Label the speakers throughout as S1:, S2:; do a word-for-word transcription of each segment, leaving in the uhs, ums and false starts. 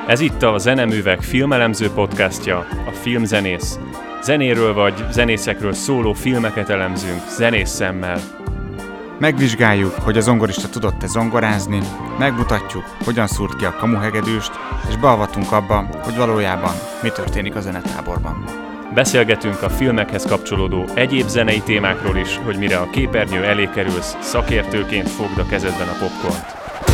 S1: Ez itt a Zeneművek filmelemző podcastja, a Filmzenész. Zenéről vagy zenészekről szóló filmeket elemzünk zenész szemmel.
S2: Megvizsgáljuk, hogy a zongorista tudott-e zongorázni, megmutatjuk, hogyan szúrt ki a kamuhegedűst, és beavatunk abba, hogy valójában mi történik a zenetáborban.
S1: Beszélgetünk a filmekhez kapcsolódó egyéb zenei témákról is, hogy mire a képernyő elé kerülsz, szakértőként fogd a kezedben a popcornt.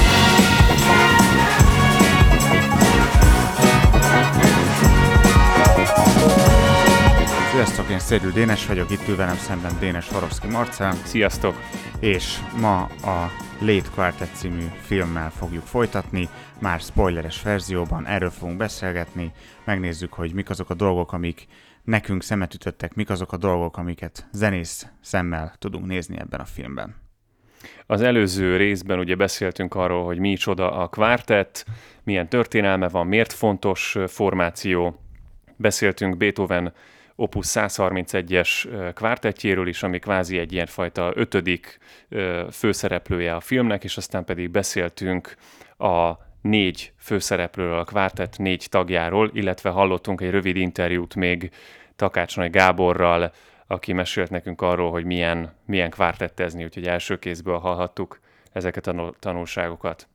S2: Sziasztok, én Szérül Dénes vagyok, itt ül velem szemben Dénes Horowski Marcell.
S1: Sziasztok!
S2: És ma a Late Quartet című filmmel fogjuk folytatni, már spoileres verzióban, erről fogunk beszélgetni, megnézzük, hogy mik azok a dolgok, amik nekünk szemet ütöttek, mik azok a dolgok, amiket zenész szemmel tudunk nézni ebben a filmben.
S1: Az előző részben ugye beszéltünk arról, hogy mi csoda a Quartet, milyen történelme van, miért fontos formáció. Beszéltünk Beethoven Opus száz harmincegyes kvártettjéről is, ami kvázi egy ilyenfajta ötödik főszereplője a filmnek, és aztán pedig beszéltünk a négy főszereplőről, a kvártett négy tagjáról, illetve hallottunk egy rövid interjút még Takács Nagy Gáborral, aki mesélt nekünk arról, hogy milyen, milyen kvártettezni, úgyhogy első kézből hallhattuk ezeket a tanulságokat.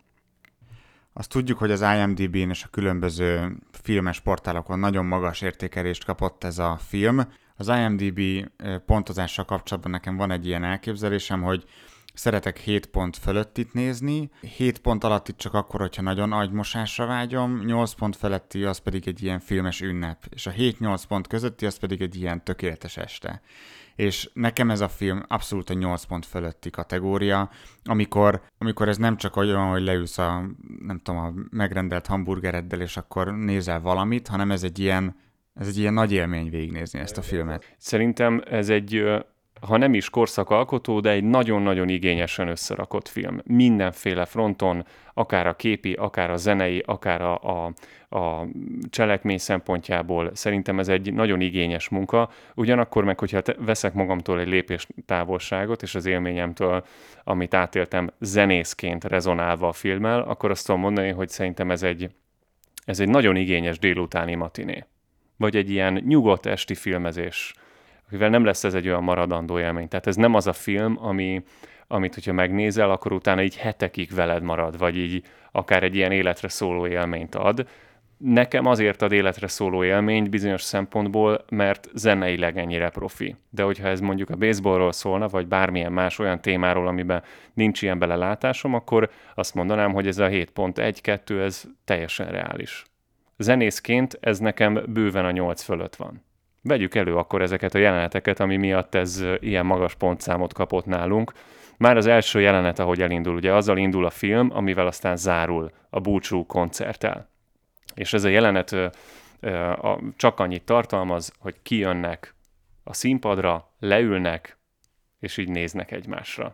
S2: Azt tudjuk, hogy az I M D B-n és a különböző filmes portálokon nagyon magas értékelést kapott ez a film. Az I M D B pontozással kapcsolatban nekem van egy ilyen elképzelésem, hogy szeretek hét pont fölöttit nézni, hét pont alatt itt csak akkor, hogyha nagyon agymosásra vágyom, nyolc pont feletti az pedig egy ilyen filmes ünnep, és a hét-nyolc pont közötti az pedig egy ilyen tökéletes este. És nekem ez a film abszolút a nyolc pont fölötti kategória, amikor, amikor ez nem csak olyan, hogy leülsz a, nem tudom, a megrendelt hamburgereddel, és akkor nézel valamit, hanem ez egy ilyen, ez egy ilyen nagy élmény végignézni ezt a filmet.
S1: Szerintem ez egy, ha nem is korszakalkotó, de egy nagyon-nagyon igényesen összerakott film. Mindenféle fronton, akár a képi, akár a zenei, akár a, a, a cselekmény szempontjából szerintem ez egy nagyon igényes munka. Ugyanakkor meg, hogyha te, veszek magamtól egy lépés távolságot, és az élményemtől, amit átéltem zenészként rezonálva a filmmel, akkor azt tudom mondani, hogy szerintem ez egy, ez egy nagyon igényes délutáni matiné. Vagy egy ilyen nyugodt esti filmezés, mivel nem lesz ez egy olyan maradandó élmény. Tehát ez nem az a film, ami, amit, hogyha megnézel, akkor utána így hetekig veled marad, vagy így akár egy ilyen életre szóló élményt ad. Nekem azért ad életre szóló élményt bizonyos szempontból, mert zeneileg ennyire profi. De hogyha ez mondjuk a baseballról szólna, vagy bármilyen más olyan témáról, amiben nincs ilyen belelátásom, akkor azt mondanám, hogy ez a hét pont egy kettő, ez teljesen reális. Zenészként ez nekem bőven a nyolc fölött van. Vegyük elő akkor ezeket a jeleneteket, ami miatt ez ilyen magas pontszámot kapott nálunk. Már az első jelenet, ahogy elindul, ugye azzal indul a film, amivel aztán zárul a búcsú koncerttel. És ez a jelenet ö, ö, a, csak annyit tartalmaz, hogy kijönnek a színpadra, leülnek, és így néznek egymásra.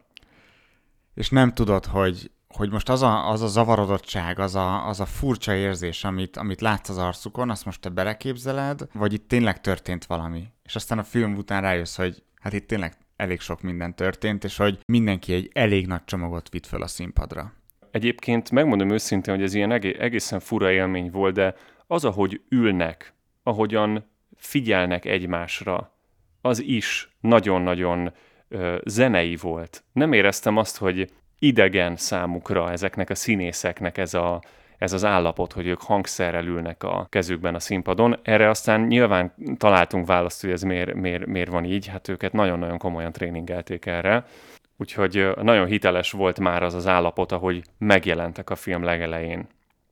S2: És nem tudod, hogy, hogy most az a, az a zavarodottság, az a, az a furcsa érzés, amit, amit látsz az arcukon, azt most te beleképzeled, vagy itt tényleg történt valami. És aztán a film után rájössz, hogy hát itt tényleg elég sok minden történt, és hogy mindenki egy elég nagy csomagot vitt föl a színpadra.
S1: Egyébként megmondom őszintén, hogy ez ilyen egészen fura élmény volt, de az, ahogy ülnek, ahogyan figyelnek egymásra, az is nagyon-nagyon ö, zenei volt. Nem éreztem azt, hogy idegen számukra ezeknek a színészeknek ez, a, ez az állapot, hogy ők hangszerrel ülnek a kezükben a színpadon. Erre aztán nyilván találtunk választ, hogy ez miért, miért, miért van így, hát őket nagyon-nagyon komolyan tréningelték erre. Úgyhogy nagyon hiteles volt már az az állapot, ahogy megjelentek a film legelején.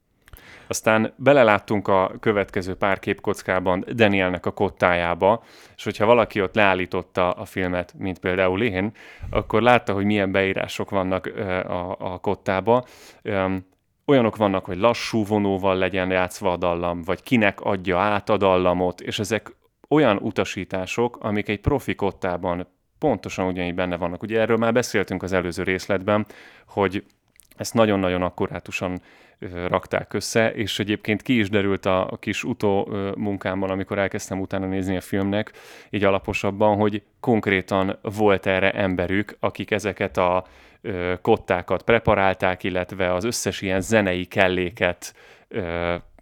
S1: Aztán beleláttunk a következő pár képkockában Danielnek a kottájába, és hogyha valaki ott leállította a filmet, mint például én, akkor látta, hogy milyen beírások vannak a, a kottába. Olyanok vannak, hogy lassú vonóval legyen játszva a dallam, vagy kinek adja át a dallamot, és ezek olyan utasítások, amik egy profi kottában pontosan ugyanígy benne vannak. Ugye erről már beszéltünk az előző részletben, hogy ezt nagyon-nagyon akkurátusan ö, rakták össze, és egyébként ki is derült a, a kis utó ö, munkámban, amikor elkezdtem utána nézni a filmnek, így alaposabban, hogy konkrétan volt erre emberük, akik ezeket a ö, kottákat preparálták, illetve az összes ilyen zenei kelléket ö,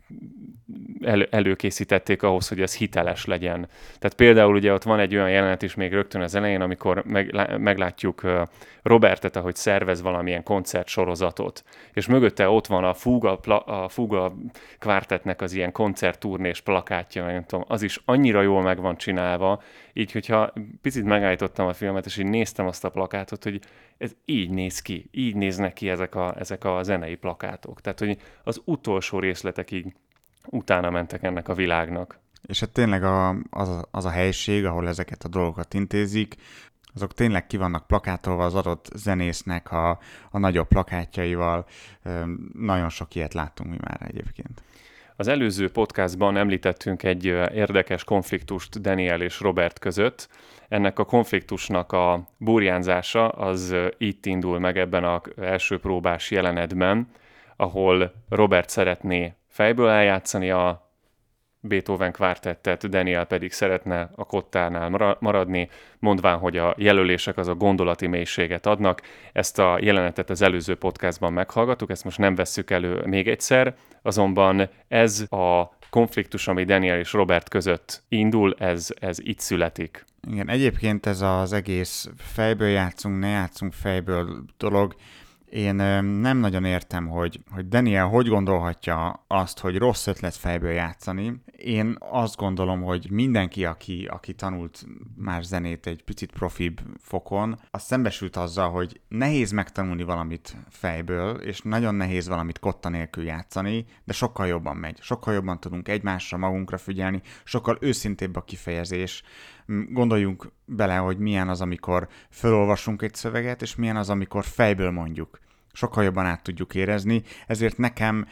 S1: el, előkészítették ahhoz, hogy ez hiteles legyen. Tehát például ugye ott van egy olyan jelenet is még rögtön az elején, amikor meg, meglátjuk Robertet, ahogy szervez valamilyen koncertsorozatot, és mögötte ott van a Fuga, a Fuga Quartetnek az ilyen koncertturnés plakátja, nem tudom, az is annyira jól meg van csinálva, így, hogyha picit megállítottam a filmet, és így néztem azt a plakátot, hogy ez így néz ki, így néznek ki ezek a, ezek a zenei plakátok. Tehát, hogy az utolsó részletekig utána mentek ennek a világnak.
S2: És hát tényleg a, az, a, az a helység, ahol ezeket a dolgokat intézik, azok tényleg ki vannak plakátolva az adott zenésznek a, a nagyobb plakátjaival. Nagyon sok ilyet láttunk mi már egyébként.
S1: Az előző podcastban említettünk egy érdekes konfliktust Daniel és Robert között. Ennek a konfliktusnak a burjánzása az itt indul meg ebben az első próbás jelenetben, ahol Robert szeretné fejből eljátszani a Beethoven kvártettet, Daniel pedig szeretne a kottánál maradni, mondván, hogy a jelölések azok gondolati mélységet adnak. Ezt a jelenetet az előző podcastban meghallgattuk, ezt most nem vesszük elő még egyszer, azonban ez a konfliktus, ami Daniel és Robert között indul, ez, ez itt születik.
S2: Igen, egyébként ez az egész fejből játszunk, ne játszunk fejből dolog, én nem nagyon értem, hogy, hogy Daniel hogy gondolhatja azt, hogy rossz ötlet fejből játszani. Én azt gondolom, hogy mindenki, aki, aki tanult már zenét egy picit profibb fokon, az szembesült azzal, hogy nehéz megtanulni valamit fejből, és nagyon nehéz valamit kotta nélkül játszani, de sokkal jobban megy. Sokkal jobban tudunk egymásra, magunkra figyelni, sokkal őszintébb a kifejezés. Gondoljunk bele, hogy milyen az, amikor felolvasunk egy szöveget, és milyen az, amikor fejből mondjuk. Sokkal jobban át tudjuk érezni, ezért nekem,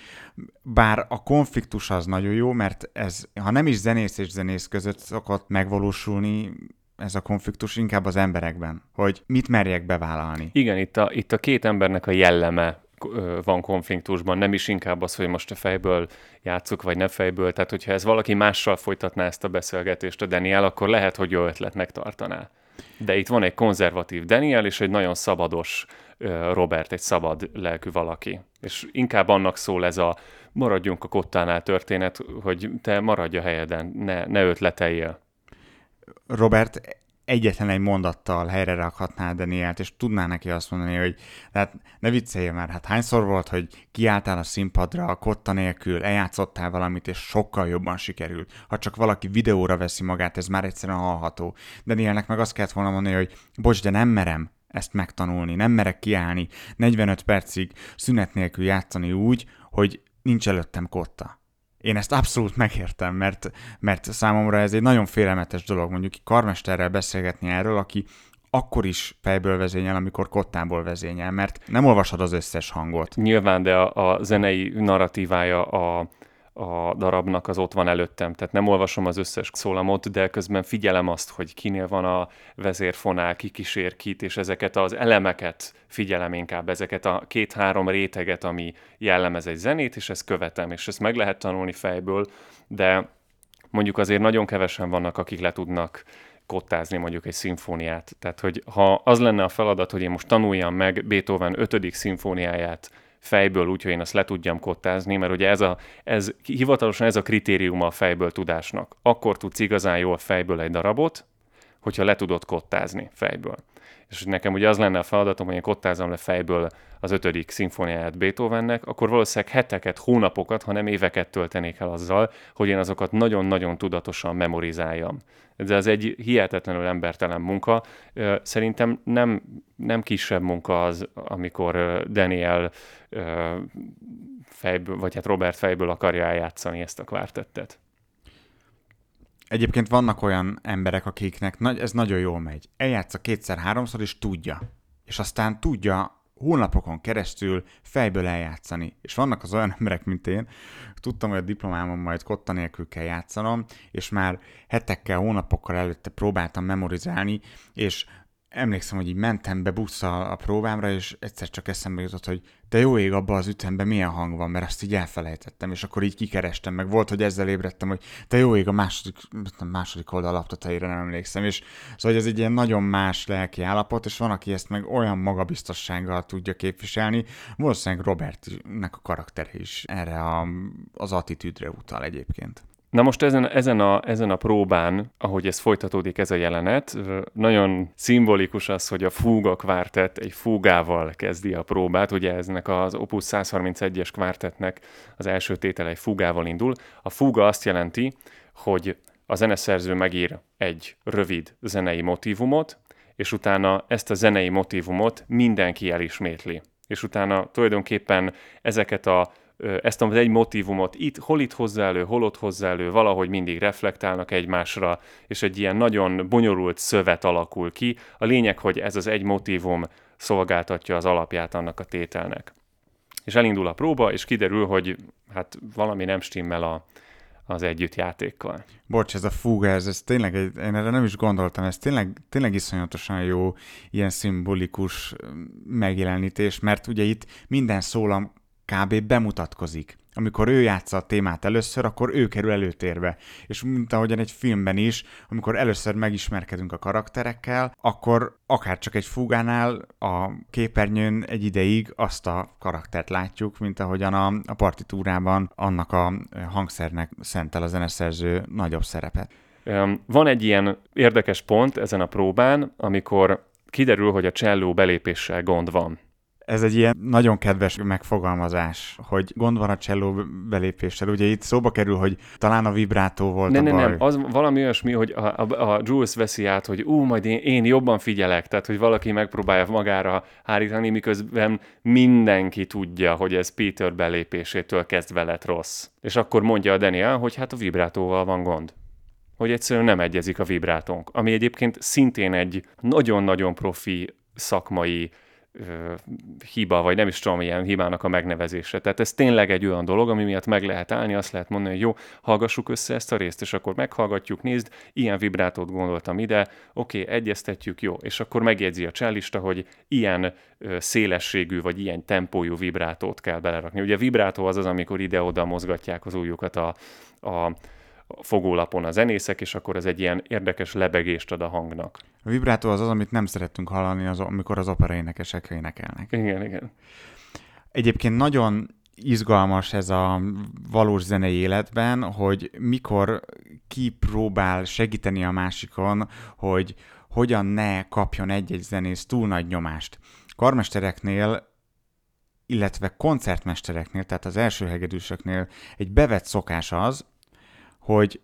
S2: bár a konfliktus az nagyon jó, mert ez, ha nem is zenész és zenész között szokott megvalósulni, ez a konfliktus inkább az emberekben, hogy mit merjek bevállalni.
S1: Igen, itt a, itt a két embernek a jelleme van konfliktusban, nem is inkább az, hogy most a fejből játsszuk, vagy ne fejből. Tehát, hogyha ez valaki mással folytatná ezt a beszélgetést a Daniel, akkor lehet, hogy jó ötletnek tartaná. De itt van egy konzervatív Daniel, és egy nagyon szabados Robert, egy szabad lelkű valaki. És inkább annak szól ez a maradjunk a kottánál történet, hogy te maradj a helyeden, ne, ne ötleteljél.
S2: Robert egyetlen egy mondattal helyre rakhatná Danielt, és tudná neki azt mondani, hogy hát ne vicceljél már, hát hányszor volt, hogy kiálltál a színpadra a kotta nélkül, eljátszottál valamit, és sokkal jobban sikerült. Ha csak valaki videóra veszi magát, ez már egyszerűen hallható. Danielnek meg azt kellett volna mondani, hogy bocs, de nem merem ezt megtanulni, nem merek kiállni negyvenöt percig szünet nélkül játszani úgy, hogy nincs előttem kotta. Én ezt abszolút megértem, mert, mert számomra ez egy nagyon félelmetes dolog, mondjuk karmesterrel beszélgetni erről, aki akkor is fejből vezényel, amikor kottából vezényel, mert nem olvasod az összes hangot.
S1: Nyilván, de a, a zenei narratívája a, a darabnak az ott van előttem, tehát nem olvasom az összes szólamot, de közben figyelem azt, hogy kinél van a vezérfonál, ki kísér kit, és ezeket az elemeket figyelem inkább, ezeket a két-három réteget, ami jellemez egy zenét, és ezt követem, és ezt meg lehet tanulni fejből, de mondjuk azért nagyon kevesen vannak, akik le tudnak kottázni mondjuk egy szimfóniát. Tehát, hogy ha az lenne a feladat, hogy én most tanuljam meg Beethoven ötödik szimfóniáját fejből, úgyhogy én azt le tudjam kottázni, mert ugye ez, a, ez hivatalosan ez a kritériuma a fejből tudásnak. Akkor tudsz igazán jól fejből egy darabot, hogyha le tudod kottázni fejből. És nekem ugye az lenne a feladatom, hogy én kottázom le fejből az ötödik szimfóniáját Beethovennek, akkor valószínűleg heteket, hónapokat, ha nem éveket töltenék el azzal, hogy én azokat nagyon-nagyon tudatosan memorizáljam. De ez egy hihetetlenül embertelen munka. Szerintem nem, nem kisebb munka az, amikor Daniel fejből, vagy hát Robert fejből akarja eljátszani ezt a kvártettet.
S2: Egyébként vannak olyan emberek, akiknek ez nagyon jól megy. Eljátsza kétszer-háromszor, és tudja. És aztán tudja hónapokon keresztül fejből eljátszani. És vannak az olyan emberek, mint én, tudtam, hogy a diplomámon majd kotta nélkül kell játszanom, és már hetekkel, hónapokkal előtte próbáltam memorizálni, és emlékszem, hogy így mentem be busszal a próbámra, és egyszer csak eszembe jutott, hogy de jó ég, abban az ütemben milyen hang van, mert azt így elfelejtettem, és akkor így kikerestem, meg volt, hogy ezzel ébredtem, hogy de jó ég, a második, második oldal laptotaira nem emlékszem, és szóval ez egy ilyen nagyon más lelki állapot, és van, aki ezt meg olyan magabiztossággal tudja képviselni, valószínűleg Robertnek a karaktere is erre a, az attitűdre utal egyébként.
S1: Na most ezen, ezen, a, ezen a próbán, ahogy ez folytatódik ez a jelenet, nagyon szimbolikus az, hogy a Fuga kvártett egy fúgával kezdi a próbát. Ugye eznek az Opus száz harmincegyes kvártettnek az első tétele egy fúgával indul. A fúga azt jelenti, hogy a zeneszerző megír egy rövid zenei motívumot, és utána ezt a zenei motívumot mindenki elismétli. És utána tulajdonképpen ezeket a ezt az egy motívumot itt, hol itt hozzá elő, hol ott hozzá elő, valahogy mindig reflektálnak egymásra, és egy ilyen nagyon bonyolult szövet alakul ki. A lényeg, hogy ez az egy motívum szolgáltatja az alapját annak a tételnek. És elindul a próba, és kiderül, hogy hát valami nem stimmel a, az együttjátékkal.
S2: Bocs, ez a Fuga, ez, ez tényleg, egy, én erre nem is gondoltam, ez tényleg, tényleg iszonyatosan jó ilyen szimbolikus megjelenítés, mert ugye itt minden szólam kb. Bemutatkozik. Amikor ő játsza a témát először, akkor ő kerül előtérbe. És mint ahogyan egy filmben is, amikor először megismerkedünk a karakterekkel, akkor akár csak egy fúgánál a képernyőn egy ideig azt a karaktert látjuk, mint ahogyan a, a partitúrában annak a hangszernek szentel a zeneszerző nagyobb szerepet.
S1: Van egy ilyen érdekes pont ezen a próbán, amikor kiderül, hogy a cselló belépéssel gond van.
S2: Ez egy ilyen nagyon kedves megfogalmazás, hogy gond van a cselló belépéssel. Ugye itt szóba kerül, hogy talán a vibrátó volt
S1: ne,
S2: a
S1: baj. Nem, nem, az valami olyasmi, hogy a, a, a Jules veszi át, hogy ú, majd én, én jobban figyelek, tehát hogy valaki megpróbálja magára hárítani, miközben mindenki tudja, hogy ez Peter belépésétől kezdve lett rossz. És akkor mondja a Daniel, hogy hát a vibrátóval van gond. Hogy egyszerűen nem egyezik a vibrátónk. Ami egyébként szintén egy nagyon-nagyon profi szakmai hiba, vagy nem is tudom, ilyen hibának a megnevezése. Tehát ez tényleg egy olyan dolog, ami miatt meg lehet állni, azt lehet mondani, hogy jó, hallgassuk össze ezt a részt, és akkor meghallgatjuk, nézd, ilyen vibrátót gondoltam ide, oké, egyeztetjük, jó, és akkor megjegyzi a csellista, hogy ilyen ö, szélességű, vagy ilyen tempójú vibrátót kell belerakni. Ugye a vibrátó az az, amikor ide-oda mozgatják az ujjukat a, a fogólapon a zenészek, és akkor ez egy ilyen érdekes lebegést ad a hangnak.
S2: A vibrátó az az, amit nem szerettünk hallani, az, amikor az operaénekesek énekelnek.
S1: Igen, igen.
S2: Egyébként nagyon izgalmas ez a valós zenei életben, hogy mikor ki próbál segíteni a másikon, hogy hogyan ne kapjon egy-egy zenész túl nagy nyomást. Karmestereknél, illetve koncertmestereknél, tehát az első hegedűsöknél egy bevett szokás az, hogy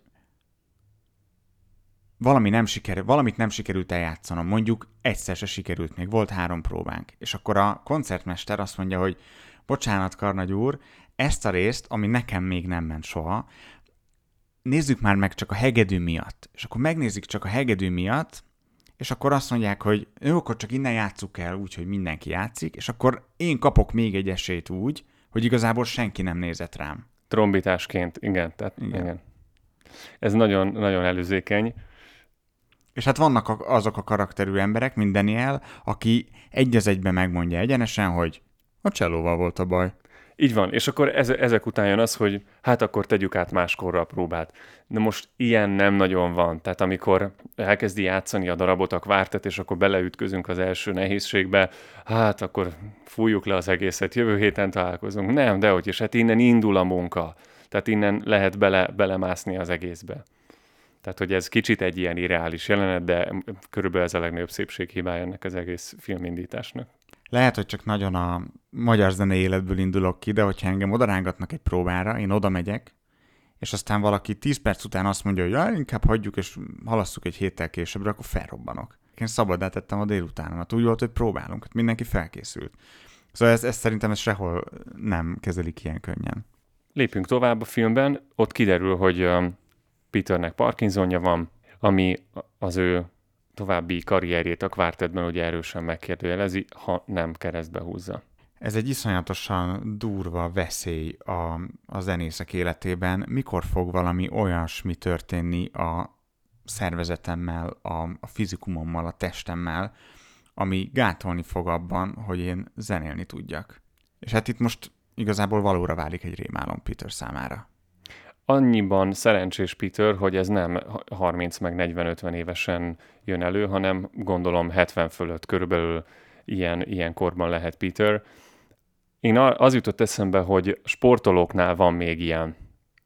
S2: valami nem sikerül, valamit nem sikerült eljátszanom, mondjuk egyszer se sikerült, még volt három próbánk. És akkor a koncertmester azt mondja, hogy bocsánat, Karnagy úr, ezt a részt, ami nekem még nem ment soha, nézzük már meg csak a hegedű miatt. És akkor megnézik csak a hegedű miatt, és akkor azt mondják, hogy jó, akkor csak innen játsszuk el úgy, hogy mindenki játszik, és akkor én kapok még egy esélyt úgy, hogy igazából senki nem nézett rám.
S1: Trombitásként, igen. Tehát, igen. igen. Ez nagyon, nagyon előzékeny.
S2: És hát vannak azok a karakterű emberek, mint Daniel, aki egy az egyben megmondja egyenesen, hogy a csellóval volt a baj.
S1: Így van, és akkor ezek után jön az, hogy hát akkor tegyük át máskorra a próbát. De most ilyen nem nagyon van. Tehát amikor elkezdi játszani a darabot, a kvártet, és akkor beleütközünk az első nehézségbe, hát akkor fújjuk le az egészet, jövő héten találkozunk. Nem, dehogy, és hát innen indul a munka. Tehát innen lehet bele, belemászni az egészbe. Tehát, hogy ez kicsit egy ilyen irreális jelenet, de körülbelül ez a legnagyobb szépséghibája ennek az egész filmindításnak.
S2: Lehet, hogy csak nagyon a magyar zenei életből indulok ki, de hogyha engem odarángatnak egy próbára, én oda megyek, és aztán valaki tíz perc után azt mondja, hogy ja, inkább hagyjuk, és halasszuk egy héttel későbbre, akkor felrobbanok. Én szabaddá tettem a délutánomat. Úgy volt, hogy próbálunk, mindenki felkészült. Szóval ez, ez szerintem ez sehol nem kezelik ilyen könnyen.
S1: Lépjünk tovább a filmben, ott kiderül, hogy Peternek Parkinsonja van, ami az ő további karrierjét a kvártetben ugye erősen megkérdőjelezi, ha nem keresztbe húzza.
S2: Ez egy iszonyatosan durva veszély a, a zenészek életében. Mikor fog valami olyasmi történni a szervezetemmel, a, a fizikumommal, a testemmel, ami gátolni fog abban, hogy én zenélni tudjak. És hát itt most igazából valóra válik egy rémálom Peter számára.
S1: Annyiban szerencsés Peter, hogy ez nem harminc meg negyven-ötven évesen jön elő, hanem gondolom hetven fölött körülbelül ilyen, ilyen korban lehet Peter. Én az jutott eszembe, hogy sportolóknál van még ilyen,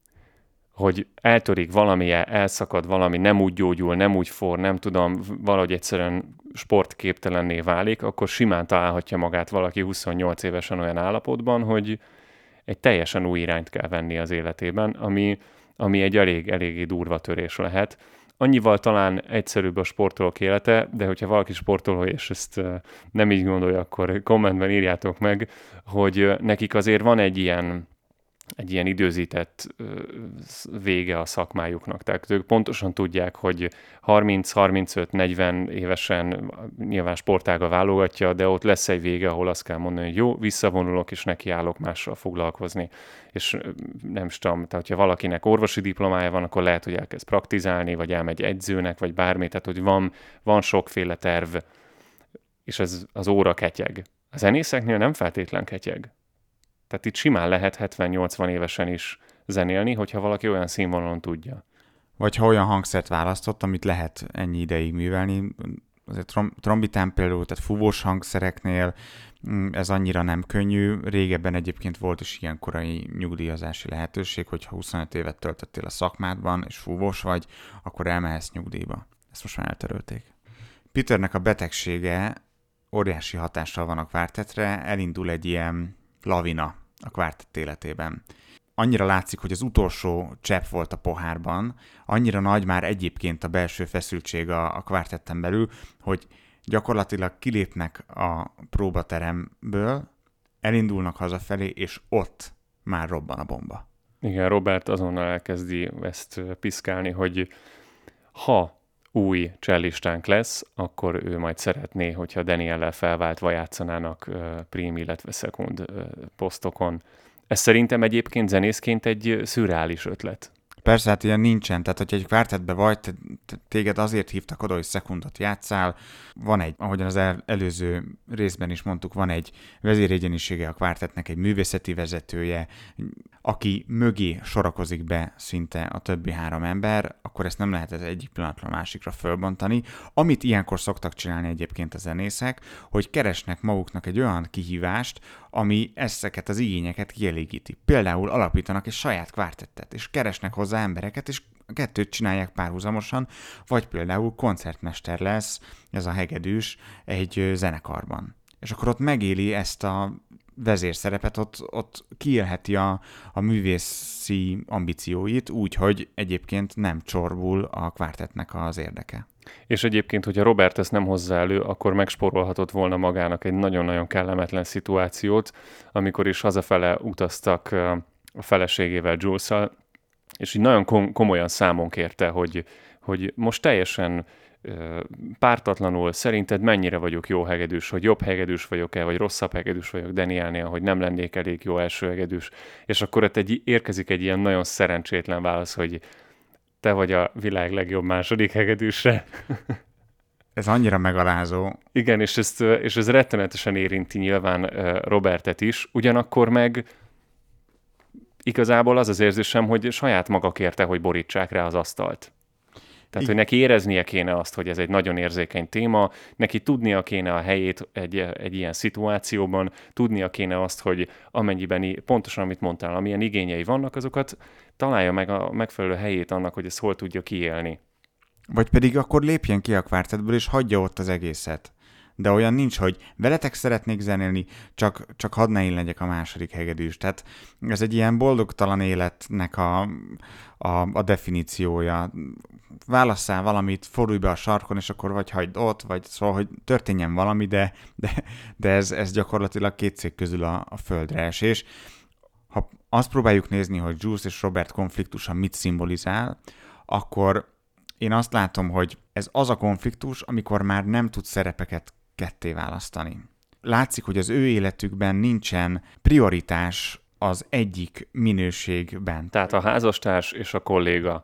S1: hogy eltörik valami, elszakad valami, nem úgy gyógyul, nem úgy for, nem tudom, valahogy egyszerűen sportképtelenné válik, akkor simán találhatja magát valaki huszonnyolc évesen olyan állapotban, hogy egy teljesen új irányt kell venni az életében, ami, ami egy elég, eléggé durva törés lehet. Annyival talán egyszerűbb a sportolók élete, de hogyha valaki sportoló, és ezt nem így gondolja, akkor kommentben írjátok meg, hogy nekik azért van egy ilyen, egy ilyen időzített vége a szakmájuknak. Tehát ők pontosan tudják, hogy harminc-harmincöt-negyven évesen nyilván sportága válogatja, de ott lesz egy vége, ahol azt kell mondani, hogy jó, visszavonulok, és nekiállok mással foglalkozni. És nem is tudom, tehát hogyha valakinek orvosi diplomája van, akkor lehet, hogy elkezd praktizálni, vagy elmegy edzőnek, vagy bármi, tehát hogy van, van sokféle terv, és ez az óra ketyeg. A zenészeknél nem feltétlen ketyeg. Tehát itt simán lehet hetven-nyolcvan évesen is zenélni, hogyha valaki olyan színvonalon tudja.
S2: Vagy ha olyan hangszert választott, amit lehet ennyi ideig művelni, azért trom- trombitán például, tehát fúvós hangszereknél ez annyira nem könnyű. Régebben egyébként volt is ilyen korai nyugdíjazási lehetőség, hogyha huszonöt évet töltöttél a szakmádban, és fúvós vagy, akkor elmehetsz nyugdíjba. Ezt most már eltörölték. Peternek a betegsége óriási hatással van a kvártettre, elindul egy ilyen lavina a kvártett életében. Annyira látszik, hogy az utolsó csepp volt a pohárban, annyira nagy már egyébként a belső feszültség a, a kvártetten belül, hogy gyakorlatilag kilépnek a próbateremből, elindulnak hazafelé, és ott már robban a bomba.
S1: Igen, Robert azonnal elkezdi ezt piszkálni, hogy ha új csellistánk lesz, akkor ő majd szeretné, hogyha Daniellel felváltva játszanának uh, prim, illetve szekund uh, posztokon. Ez szerintem egyébként zenészként egy szürreális ötlet.
S2: Persze, hát ilyen nincsen, tehát hogyha egy kvártettbe vagy, te, te, téged azért hívtak oda, hogy szekundot játszál, van egy, ahogyan az el, előző részben is mondtuk, van egy vezéregyenisége a kvártettnek, egy művészeti vezetője, aki mögé sorakozik be szinte a többi három ember, akkor ezt nem lehet ez egyik pillanatról másikra fölbontani. Amit ilyenkor szoktak csinálni egyébként a zenészek, hogy keresnek maguknak egy olyan kihívást, ami ezeket az igényeket kielégíti. Például alapítanak egy saját kvártettet, és keresnek hozzá embereket, és a kettőt csinálják párhuzamosan, vagy például koncertmester lesz, ez a hegedűs, egy zenekarban. És akkor ott megéli ezt a vezérszerepet, ott, ott kiélheti a, a művészi ambícióit úgy, hogy egyébként nem csorbul a kvártettnek az érdeke.
S1: És egyébként, hogyha Robert ezt nem hozza elő, akkor megspórolhatott volna magának egy nagyon-nagyon kellemetlen szituációt, amikor is hazafele utaztak a feleségével, Jules-szal, és így nagyon kom- komolyan számon kérte, hogy, hogy most teljesen pártatlanul szerinted mennyire vagyok jó hegedűs, hogy jobb hegedűs vagyok-e, vagy rosszabb hegedűs vagyok Danielnél, hogy nem lennék elég jó első hegedűs. És akkor ott egy, érkezik egy ilyen nagyon szerencsétlen válasz, hogy te vagy a világ legjobb második hegedűse.
S2: Ez annyira megalázó.
S1: Igen, és, ezt, és ez rettenetesen érinti nyilván Robertet is, ugyanakkor meg igazából az az érzésem, hogy saját maga kérte, hogy borítsák rá az asztalt. Tehát, hogy neki éreznie kéne azt, hogy ez egy nagyon érzékeny téma, neki tudnia kéne a helyét egy, egy ilyen szituációban, tudnia kéne azt, hogy amennyiben, pontosan amit mondtál, amilyen igényei vannak, azokat találja meg a megfelelő helyét annak, hogy ezt hol tudja kiélni.
S2: Vagy pedig akkor lépjen ki a kvártettből, és hagyja ott az egészet. De olyan nincs, hogy veletek szeretnék zenélni, csak, csak hadd ne én legyek a második hegedűs. Tehát ez egy ilyen boldogtalan életnek a, a, a definíciója. Válasszál valamit, fordulj be a sarkon, és akkor vagy hagyd ott, vagy szóval, hogy történjen valami, de, de, de ez, ez gyakorlatilag két cég közül a, a földre esés. Ha azt próbáljuk nézni, hogy Jules és Robert konfliktusa mit szimbolizál, akkor én azt látom, hogy ez az a konfliktus, amikor már nem tud szerepeket ketté választani. Látszik, hogy az ő életükben nincsen prioritás az egyik minőségben.
S1: Tehát a házastárs és a kolléga.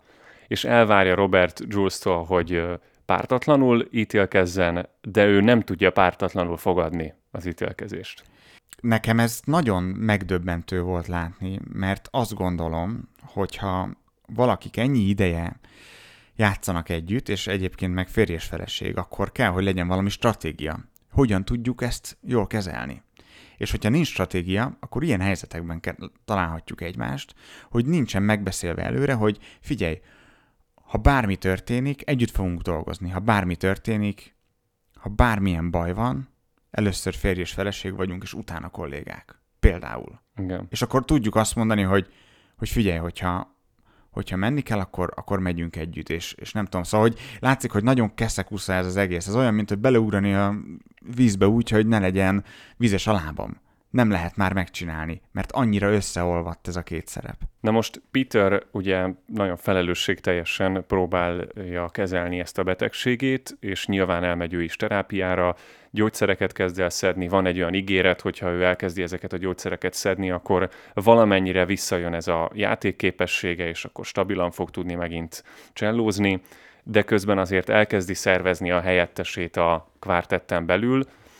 S1: és elvárja Robert Jules-tól, hogy pártatlanul ítélkezzen, de ő nem tudja pártatlanul fogadni az ítélkezést.
S2: Nekem ez nagyon megdöbbentő volt látni, mert azt gondolom, hogyha valakik ennyi ideje játszanak együtt, és egyébként meg férj és feleség, akkor kell, hogy legyen valami stratégia. Hogyan tudjuk ezt jól kezelni? És hogyha nincs stratégia, akkor ilyen helyzetekben találhatjuk egymást, hogy nincsen megbeszélve előre, hogy figyelj, ha bármi történik, együtt fogunk dolgozni. Ha bármi történik, ha bármilyen baj van, először férj és feleség vagyunk, és utána kollégák. Például.
S1: Igen.
S2: És akkor tudjuk azt mondani, hogy, hogy figyelj, hogyha, hogyha menni kell, akkor, akkor megyünk együtt, és, és nem tudom. Szóval, hogy látszik, hogy nagyon keszekusza ez az egész. Ez olyan, mint hogy beleugrani a vízbe úgy, hogy ne legyen vízes a lábam. Nem lehet már megcsinálni, mert annyira összeolvadt ez a két szerep.
S1: Na most Peter ugye nagyon felelősségteljesen próbálja kezelni ezt a betegségét, és nyilván elmegy ő is terápiára, gyógyszereket kezd el szedni, van egy olyan ígéret, hogyha ő elkezdi ezeket a gyógyszereket szedni, akkor valamennyire visszajön ez a játékképessége, és akkor stabilan fog tudni megint csellózni, de közben azért elkezdi szervezni a helyettesét a kvártetten belül,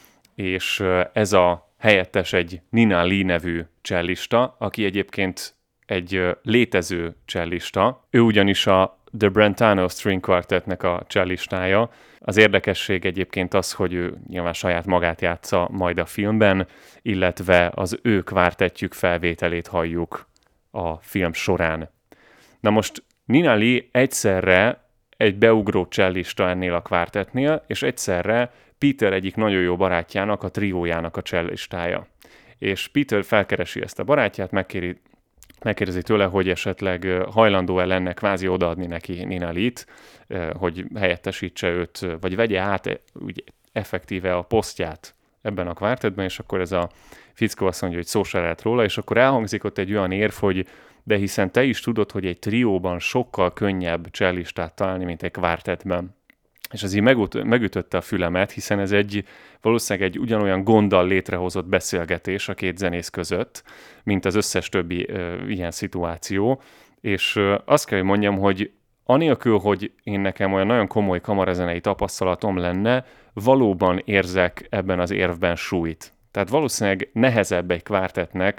S1: és ez a helyettes egy Nina Lee nevű csellista, aki egyébként egy létező csellista. Ő ugyanis a The Brentano String Quartetnek a cellistája. Az érdekesség egyébként az, hogy ő nyilván saját magát játsza majd a filmben, illetve az ő kvártettjük felvételét halljuk a film során. Na most Nina Lee egyszerre egy beugró csellista ennél a kvártettnél, és egyszerre Peter egyik nagyon jó barátjának, a triójának a cellistája. És Peter felkeresi ezt a barátját, megkéri, megkérdezi tőle, hogy esetleg hajlandó-e lenne kvázi odaadni neki Nina Lee-t, hogy helyettesítse őt, vagy vegye át úgy effektíve a posztját ebben a kvártettben, és akkor ez a fickó azt mondja, hogy szó se lehet róla, és akkor elhangzik ott egy olyan érv, hogy de hiszen te is tudod, hogy egy trióban sokkal könnyebb csellistát találni, mint egy kvártettben. És ez így megüt, megütötte a fülemet, hiszen ez egy valószínűleg egy ugyanolyan gonddal létrehozott beszélgetés a két zenész között, mint az összes többi ö, ilyen szituáció. És ö, azt kell, hogy mondjam, hogy anélkül, hogy én nekem olyan nagyon komoly kamarazenei tapasztalatom lenne, valóban érzek ebben az érvben súlyt. Tehát valószínűleg nehezebb egy kvártettnek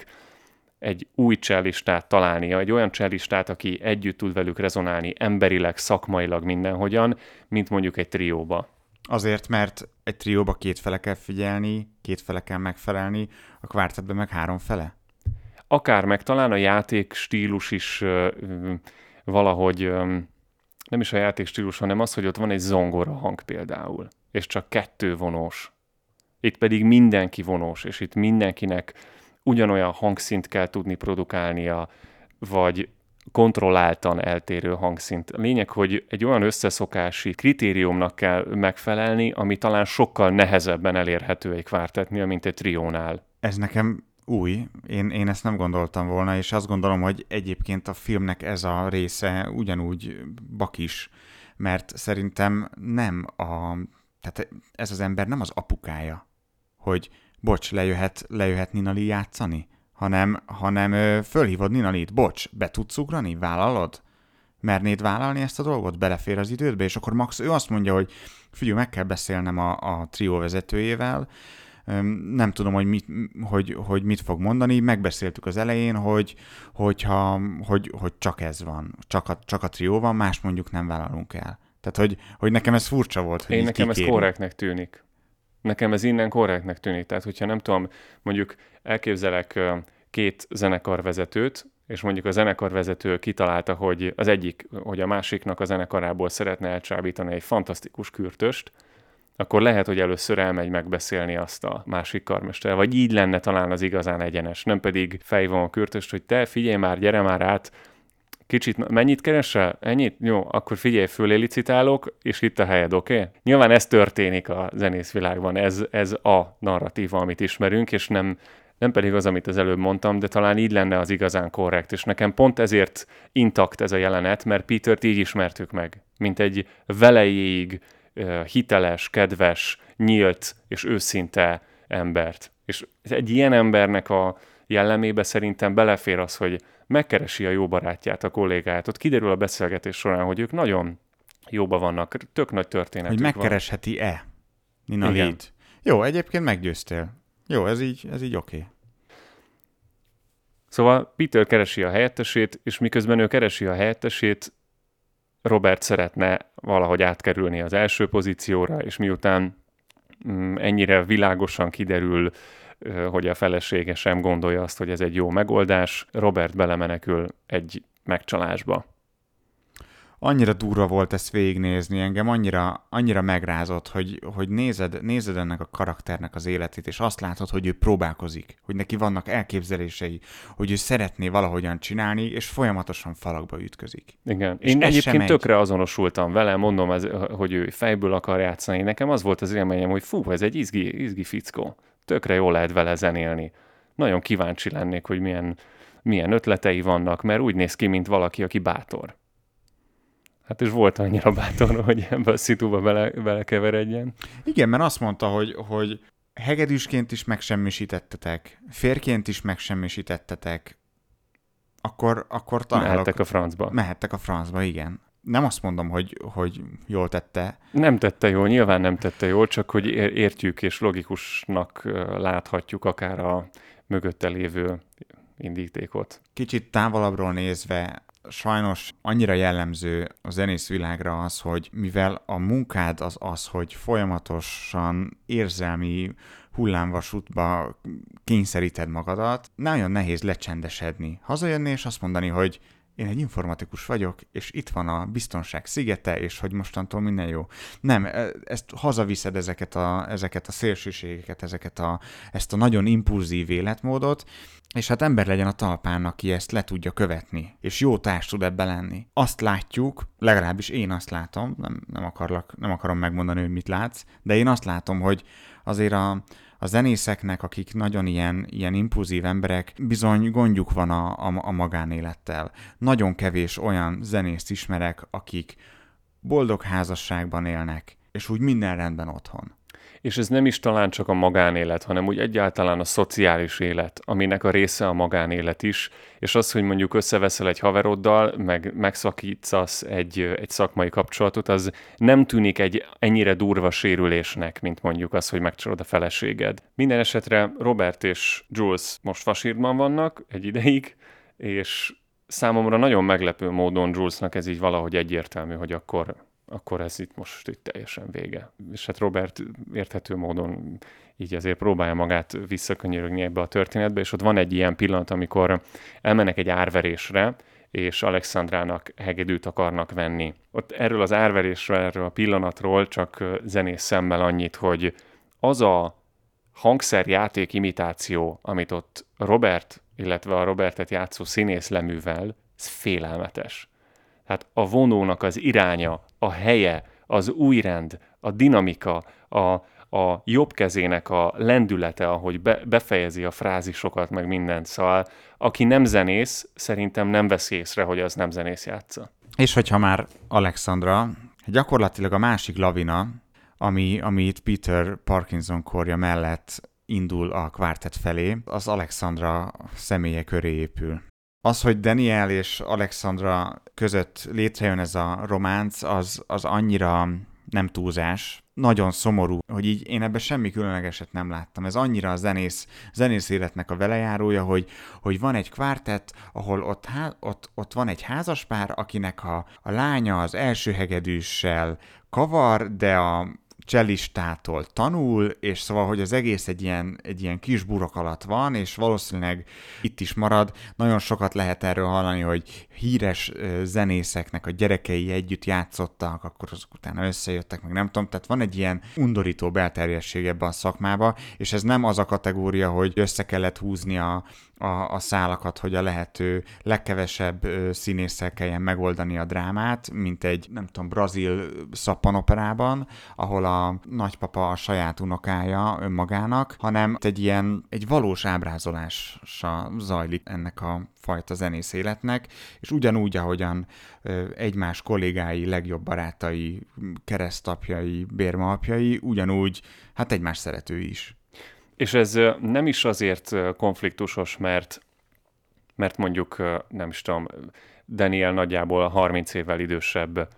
S1: egy új csellistát találnia, egy olyan csellistát, aki együtt tud velük rezonálni emberileg, szakmailag mindenhogyan, mint mondjuk egy trióba.
S2: Azért, mert egy trióba két fele kell figyelni, két fele kell megfelelni, a kvártettben meg három fele?
S1: Akár meg talán a játék stílus is ö, ö, valahogy, ö, nem is a játék stílus, hanem az, hogy ott van egy zongora hang például, és csak kettő vonós. Itt pedig mindenki vonós, és itt mindenkinek ugyanolyan hangszint kell tudni produkálnia, vagy kontrolláltan eltérő hangszint. A lényeg, hogy egy olyan összeszokási kritériumnak kell megfelelni, ami talán sokkal nehezebben elérhető egy kvártettnél, mint egy triónál.
S2: Ez nekem új, én, én ezt nem gondoltam volna, és azt gondolom, hogy egyébként a filmnek ez a része ugyanúgy bakis, mert szerintem nem a... Tehát ez az ember nem az apukája, hogy bocs, lejöhet, lejöhet Nina Lee játszani, hanem, hanem ö, fölhívod Nina Lee-t, bocs, be tudsz ugrani, vállalod? Mernéd vállalni ezt a dolgot? Belefér az idődbe? És akkor Max ő azt mondja, hogy figyelj, meg kell beszélnem a, a trió vezetőjével, nem tudom, hogy mit, hogy, hogy mit fog mondani, megbeszéltük az elején, hogy, hogyha, hogy, hogy csak ez van, csak a, csak a trió van, más mondjuk nem vállalunk el. Tehát, hogy, hogy nekem ez furcsa volt, hogy
S1: Én
S2: így
S1: nekem
S2: kikéri.
S1: ez korrektnek tűnik. Nekem ez innen korrektnek tűnik. Tehát, hogyha nem tudom, mondjuk elképzelek két zenekarvezetőt, és mondjuk a zenekarvezető kitalálta, hogy az egyik, hogy a másiknak a zenekarából szeretne elcsábítani egy fantasztikus kürtöst, akkor lehet, hogy először elmegy megbeszélni azt a másik karmesterrel, vagy így lenne talán az igazán egyenes, nem pedig felhívom a kürtöst, hogy te figyelj már, gyere már át, kicsit, mennyit keresel? Ennyit? Jó, akkor figyelj, fölé licitálok, és itt a helyed, oké? Okay? Nyilván ez történik a zenészvilágban, ez, ez a narratíva, amit ismerünk, és nem, nem pedig az, amit az előbb mondtam, de talán így lenne az igazán korrekt, és nekem pont ezért intakt ez a jelenet, mert Petert így ismertük meg, mint egy velejéig hiteles, kedves, nyílt és őszinte embert. És egy ilyen embernek a jellemébe szerintem belefér az, hogy megkeresi a jó barátját, a kollégát. Ott kiderül a beszélgetés során, hogy ők nagyon jóban vannak, tök nagy történetük
S2: Hogy
S1: van.
S2: megkeresheti-e Nina
S1: Igen.
S2: Leigh-t. Jó, egyébként meggyőztél. Jó, ez így, ez így oké. Okay.
S1: Szóval Peter keresi a helyettesét, és miközben ő keresi a helyettesét, Robert szeretne valahogy átkerülni az első pozícióra, és miután mm, ennyire világosan kiderül, hogy a felesége sem gondolja azt, hogy ez egy jó megoldás, Robert belemenekül egy megcsalásba.
S2: Annyira durva volt ezt végignézni, engem annyira, annyira megrázott, hogy, hogy nézed, nézed ennek a karakternek az életét, és azt látod, hogy ő próbálkozik, hogy neki vannak elképzelései, hogy ő szeretné valahogyan csinálni, és folyamatosan falakba ütközik.
S1: Igen.
S2: És
S1: Én
S2: ez sem
S1: egyébként
S2: megy.
S1: tökre azonosultam vele, mondom, ez, hogy ő fejből akar játszani. Nekem az volt az élményem, hogy fú, ez egy izgi, izgi fickó. Tökre jól lehet vele zenélni. Nagyon kíváncsi lennék, hogy milyen, milyen ötletei vannak, mert úgy néz ki, mint valaki, aki bátor. Hát és volt annyira bátor, hogy ebbe a szituba bele, belekeveredjen.
S2: Igen, mert azt mondta, hogy, hogy hegedűsként is megsemmisítettetek, férként is megsemmisítettetek, akkor, akkor találok...
S1: Mehettek a francba.
S2: Mehettek a francba, igen. Nem azt mondom, hogy, hogy jól tette.
S1: Nem tette jól, nyilván nem tette jól, csak hogy értjük és logikusnak láthatjuk akár a mögötte lévő indítékot.
S2: Kicsit távolabbról nézve, sajnos annyira jellemző a zenészvilágra az, hogy mivel a munkád az az, hogy folyamatosan érzelmi hullámvasútba kényszeríted magadat, nagyon nehéz lecsendesedni. Hazajönni és azt mondani, hogy én egy informatikus vagyok, és itt van a biztonság szigete, és hogy mostantól minden jó. Nem, ezt hazaviszed ezeket a, ezeket a szélsőségeket, ezeket a, ezt a nagyon impulzív életmódot, és hát ember legyen a talpán, aki ezt le tudja követni, és jó társ tud ebbe lenni. Azt látjuk, legalábbis én azt látom, nem, nem, akarlak, nem akarom megmondani, hogy mit látsz, de én azt látom, hogy azért a, a zenészeknek, akik nagyon ilyen, ilyen impulzív emberek, bizony gondjuk van a, a, a magánélettel. Nagyon kevés olyan zenészt ismerek, akik boldog házasságban élnek, és úgy minden rendben otthon.
S1: És ez nem is talán csak a magánélet, hanem úgy egyáltalán a szociális élet, aminek a része a magánélet is, és az, hogy mondjuk összeveszel egy haveroddal, meg megszakítasz egy, egy szakmai kapcsolatot, az nem tűnik egy ennyire durva sérülésnek, mint mondjuk az, hogy megcsalod a feleséged. Minden esetre Robert és Jules most fasírban vannak egy ideig, és számomra nagyon meglepő módon Julesnak ez így valahogy egyértelmű, hogy akkor... akkor ez itt most itt teljesen vége. És hát Robert érthető módon így azért próbálja magát visszakönyörögni ebbe a történetbe, és ott van egy ilyen pillanat, amikor elmennek egy árverésre, és Alexandrának hegedűt akarnak venni. Ott erről az árverésről, erről a pillanatról csak zenész szemmel annyit, hogy az a hangszerjáték imitáció, amit ott Robert, illetve a Robertet játszó színész leművel, ez félelmetes. Tehát a vonónak az iránya, a helye, az új rend, a dinamika, a, a jobb kezének a lendülete, ahogy be, befejezi a frázisokat, meg mindent. Szóval, aki nem zenész, szerintem nem veszi észre, hogy az nem zenész játsza.
S2: És hogyha már Alexandra, gyakorlatilag a másik lavina, ami, ami itt Peter Parkinson korja mellett indul a kvártett felé, az Alexandra személye köré épül. Az, hogy Daniel és Alexandra között létrejön ez a románc, az, az annyira nem túlzás. Nagyon szomorú, hogy így én ebben semmi különlegeset nem láttam. Ez annyira a zenész, zenész életnek a velejárója, hogy, hogy van egy kvártett, ahol ott, há, ott, ott van egy házaspár, akinek a, a lánya az első hegedűssel kavar, de a csellistától tanul, és szóval, hogy az egész egy ilyen, egy ilyen kis burok alatt van, és valószínűleg itt is marad. Nagyon sokat lehet erről hallani, hogy híres zenészeknek a gyerekei együtt játszottak, akkor azok utána összejöttek, meg nem tudom, tehát van egy ilyen undorító belterjesség ebbe a szakmába, és ez nem az a kategória, hogy össze kellett húzni a, a, a szálakat, hogy a lehető legkevesebb ö, színésszel kelljen megoldani a drámát, mint egy, nem tudom, brazil szappanoperában, ahol a nagypapa a saját unokája önmagának, hanem egy ilyen, egy valós ábrázolása zajlik ennek a fajta zenész életnek, és ugyanúgy, ahogyan ö, egymás kollégái, legjobb barátai, keresztapjai, bérmaapjai, ugyanúgy, hát egymás szerető is.
S1: És ez nem is azért konfliktusos, mert mert mondjuk, nem is tudom, Daniel nagyjából harminc évvel idősebb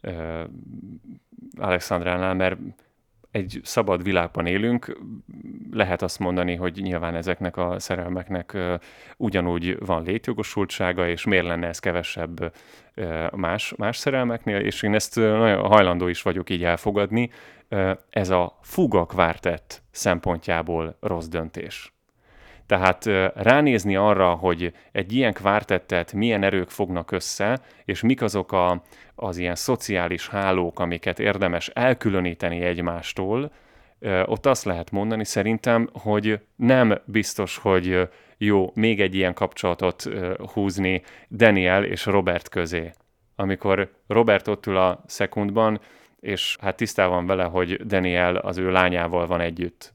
S1: Alexandránál, mert egy szabad világban élünk, lehet azt mondani, hogy nyilván ezeknek a szerelmeknek uh, ugyanúgy van létjogosultsága, és miért lenne ez kevesebb uh, más, más szerelmeknél, és én ezt uh, nagyon hajlandó is vagyok így elfogadni. Uh, ez a Fuga Quartet szempontjából rossz döntés. Tehát uh, ránézni arra, hogy egy ilyen kvártettet milyen erők fognak össze, és mik azok a, az ilyen szociális hálók, amiket érdemes elkülöníteni egymástól, uh, ott azt lehet mondani szerintem, hogy nem biztos, hogy uh, jó még egy ilyen kapcsolatot uh, húzni Daniel és Robert közé. Amikor Robert ott ül a szekundban, és hát tisztában vele, hogy Daniel az ő lányával van együtt.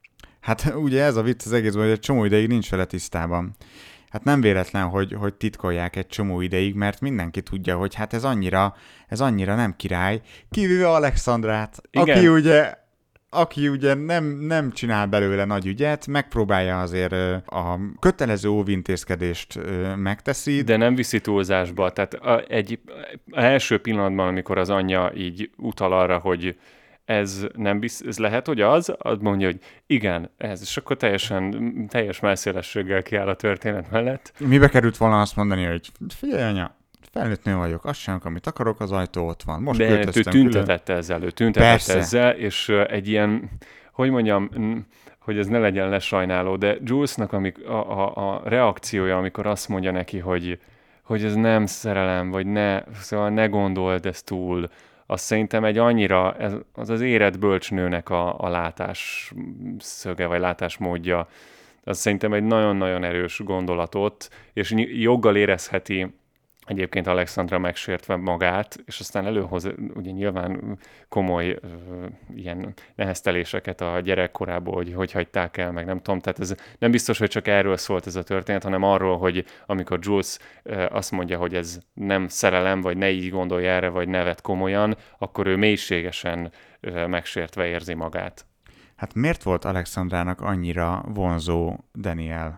S2: Hát ugye ez a vicc az egészben, hogy egy csomó ideig nincs vele tisztában. Hát nem véletlen, hogy, hogy titkolják egy csomó ideig, mert mindenki tudja, hogy hát ez annyira, ez annyira nem király, kivéve Alexandrát,
S1: Igen.
S2: aki ugye, aki ugye nem, nem csinál belőle nagy ügyet, megpróbálja azért a kötelező óvintézkedést megteszi.
S1: De nem viszi túlzásba. Tehát a, egy a első pillanatban, amikor az anyja így utal arra, hogy ez nem bizt, ez lehet, hogy az, az mondja, hogy igen, ez, és akkor teljesen, teljes melszélességgel kiáll a történet mellett.
S2: Mibe került volna azt mondani, hogy figyelj anya, felnőtt nő vagyok, azt sem, amit akarok, az ajtó ott van. Most
S1: de ő tüntetett külön... ezzel, ő tüntetett Persze. ezzel, és egy ilyen, hogy mondjam, hogy ez ne legyen lesajnáló, de Julesnak amik, a, a, a reakciója, amikor azt mondja neki, hogy, hogy ez nem szerelem, vagy ne, szóval ne gondold ezt túl, az szerintem egy annyira, ez, az az érett bölcsnőnek a, a látás szöge, vagy látásmódja, az szerintem egy nagyon-nagyon erős gondolatot, és joggal érezheti egyébként Alexandra megsértve magát, és aztán előhoz ugye nyilván komoly uh, ilyen nehezteléseket a gyerekkorából, hogy hogy hagyták el, meg nem tudom, tehát ez nem biztos, hogy csak erről szólt ez a történet, hanem arról, hogy amikor Jules uh, azt mondja, hogy ez nem szerelem, vagy ne így gondolj erre, vagy nevet komolyan, akkor ő mélységesen uh, megsértve érzi magát.
S2: Hát miért volt Alexandrának annyira vonzó Daniel?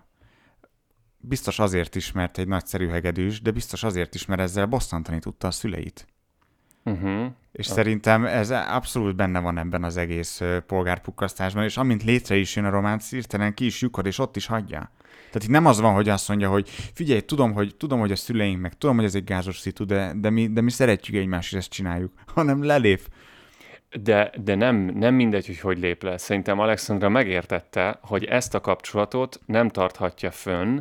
S2: Biztos azért is, mert egy nagyszerű hegedűs, de biztos azért is, mert ezzel bosszantani tudta a szüleit. Uh-huh. És ah. szerintem ez abszolút benne van ebben az egész polgárpukkasztásban, és amint létre is jön a románc, hirtelen ki is lyukad, és ott is hagyja. Tehát itt nem az van, hogy azt mondja, hogy figyelj, tudom, hogy, tudom, hogy a szüleink, meg tudom, hogy ez egy gázos szitu, de, de, mi, de mi szeretjük egymást, és ezt csináljuk, hanem lelép.
S1: De, de nem, nem mindegy, hogy hogy lép le. Szerintem Alexandra megértette, hogy ezt a kapcsolatot nem tarthatja fönn,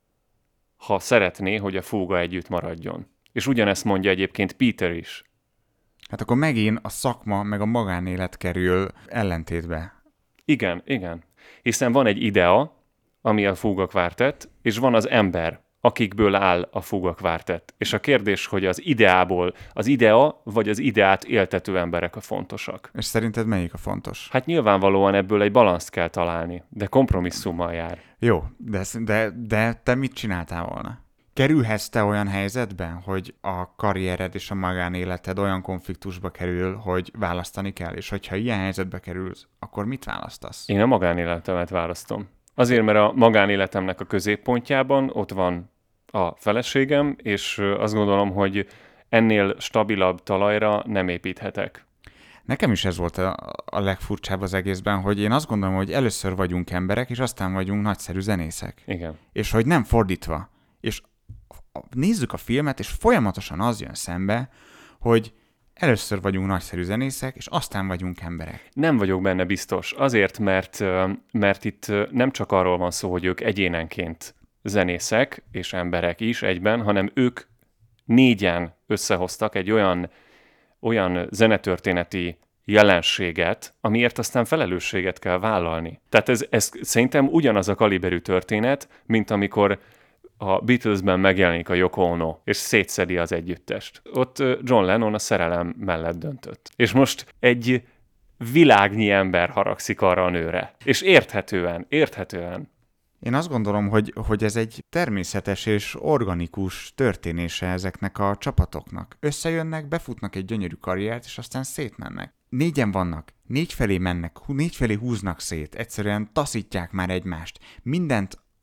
S1: ha szeretné, hogy a fúga együtt maradjon. És ugyanezt mondja egyébként Peter is.
S2: Hát akkor megint a szakma meg a magánélet kerül ellentétbe.
S1: Igen, igen. Hiszen van egy idea, ami a Fuga Quartet, és van az ember, akikből áll a Fuga Quartet. És a kérdés, hogy az ideából, az idea vagy az ideát éltető emberek a fontosak.
S2: És szerinted melyik a fontos?
S1: Hát nyilvánvalóan ebből egy balanszt kell találni, de kompromisszummal jár.
S2: Jó, de, de, de te mit csináltál volna? Kerülhetsz te olyan helyzetben, hogy a karriered és a magánéleted olyan konfliktusba kerül, hogy választani kell, és hogyha ilyen helyzetbe kerülsz, akkor mit választasz?
S1: Én a magánéletemet választom. Azért, mert a magánéletemnek a középpontjában ott van a feleségem, és azt gondolom, hogy ennél stabilabb talajra nem építhetek.
S2: Nekem is ez volt a, a legfurcsább az egészben, hogy én azt gondolom, hogy először vagyunk emberek, és aztán vagyunk nagyszerű zenészek.
S1: Igen.
S2: És hogy nem fordítva. És nézzük a filmet, és folyamatosan az jön szembe, hogy először vagyunk nagyszerű zenészek, és aztán vagyunk emberek.
S1: Nem vagyok benne biztos. Azért, mert, mert itt nem csak arról van szó, hogy ők egyénenként zenészek és emberek is egyben, hanem ők négyen összehoztak egy olyan, olyan zenetörténeti jelenséget, amiért aztán felelősséget kell vállalni. Tehát ez, ez szerintem ugyanaz a kaliberű történet, mint amikor a Beatlesben megjelenik a Yoko Ono, és szétszedi az együttest. Ott John Lennon a szerelem mellett döntött. És most egy világnyi ember haragszik arra a nőre. És érthetően, érthetően.
S2: Én azt gondolom, hogy, hogy ez egy természetes és organikus történése ezeknek a csapatoknak. Összejönnek, befutnak egy gyönyörű karriert, és aztán szétmennek. Négyen vannak, négy felé mennek, négy felé húznak szét, egyszerűen taszítják már egymást. Mindent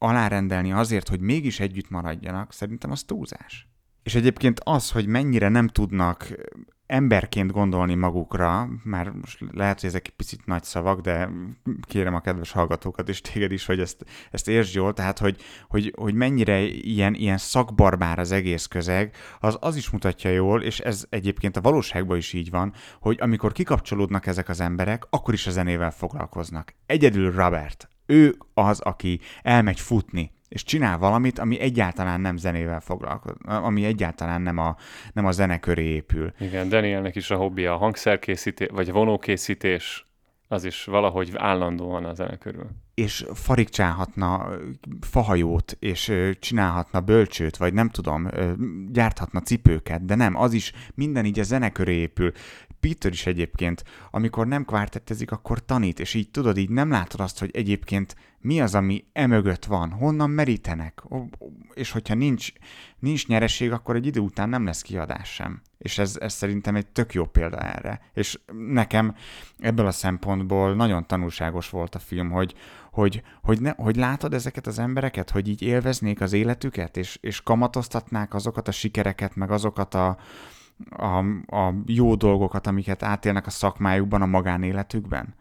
S2: alárendelni azért, hogy mégis együtt maradjanak, szerintem az túlzás. És egyébként az, hogy mennyire nem tudnak emberként gondolni magukra, már most lehet, hogy ezek egy picit nagy szavak, de kérem a kedves hallgatókat és téged is, hogy ezt, ezt értsd jól, tehát, hogy, hogy, hogy mennyire ilyen, ilyen szakbarbár az egész közeg, az, az is mutatja jól, és ez egyébként a valóságban is így van, hogy amikor kikapcsolódnak ezek az emberek, akkor is a zenével foglalkoznak. Egyedül Robert, ő az, aki elmegy futni, és csinál valamit, ami egyáltalán nem zenével foglalkozik, ami egyáltalán nem a, nem a zene köré épül.
S1: Igen, Danielnek is a hobbija a hangszerkészítés, vagy vonókészítés, az is valahogy állandóan a zene körül.
S2: És farigcsálhatna fahajót, és csinálhatna bölcsőt, vagy nem tudom, gyárthatna cipőket, de nem, az is minden így a zene köré épül. Peter is egyébként, amikor nem kvártettezik, akkor tanít, és így tudod, így nem látod azt, hogy egyébként mi az, ami emögött van, honnan merítenek, és hogyha nincs, nincs nyereség, akkor egy idő után nem lesz kiadás sem. És ez, ez szerintem egy tök jó példa erre. És nekem ebből a szempontból nagyon tanulságos volt a film, hogy, hogy, hogy, ne, hogy látod ezeket az embereket, hogy így élveznék az életüket, és, és kamatoztatnák azokat a sikereket, meg azokat a A, a jó dolgokat, amiket átélnek a szakmájukban, a magánéletükben?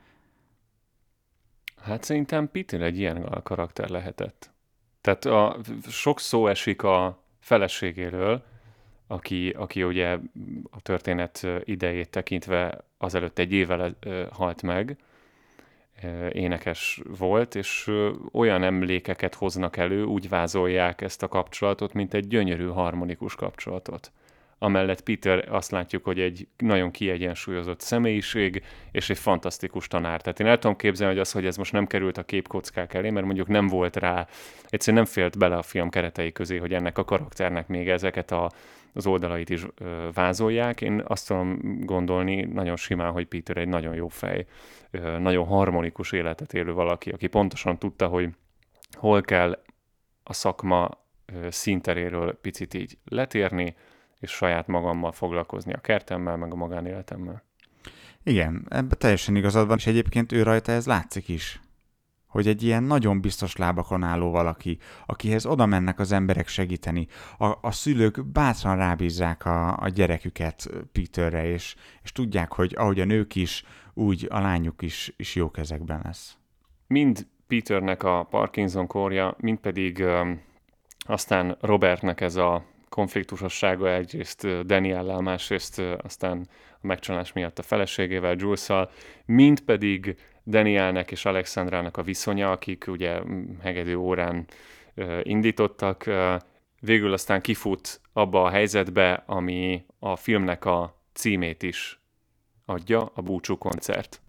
S1: Hát szerintem Peter egy ilyen karakter lehetett. Tehát a, sok szó esik a feleségéről, aki, aki ugye a történet idejét tekintve azelőtt egy évvel halt meg, énekes volt, és olyan emlékeket hoznak elő, úgy vázolják ezt a kapcsolatot, mint egy gyönyörű harmonikus kapcsolatot. Amellett Peter azt látjuk, hogy egy nagyon kiegyensúlyozott személyiség, és egy fantasztikus tanár. Tehát én el tudom képzelni, hogy az, hogy ez most nem került a képkockák elé, mert mondjuk nem volt rá, egyszerűen nem félt bele a film keretei közé, hogy ennek a karakternek még ezeket a, az oldalait is ö, vázolják. Én azt tudom gondolni nagyon simán, hogy Peter egy nagyon jó fej, ö, nagyon harmonikus életet élő valaki, aki pontosan tudta, hogy hol kell a szakma ö, színteréről picit így letérni, és saját magammal foglalkozni, a kertemmel, meg a magánéletemmel.
S2: Igen, ebben teljesen igazad van, és egyébként ő rajta ez látszik is. Hogy egy ilyen nagyon biztos lábakon álló valaki, akihez oda mennek az emberek segíteni. A, a szülők bátran rábízzák a, a gyereküket Peterre, és, és tudják, hogy ahogy a nők is, úgy a lányuk is, is jó kezekben lesz.
S1: Mind Peternek a Parkinson-kórja, mind pedig um, aztán Robertnek ez a konfliktusossága, egyrészt Daniellel, másrészt aztán a megcsalás miatt a feleségével, Jules-szal, mind pedig Danielnek és Alexandrának a viszonya, akik ugye hegedű órán uh, indítottak, uh, végül aztán kifut abba a helyzetbe, ami a filmnek a címét is adja, a búcsú koncert.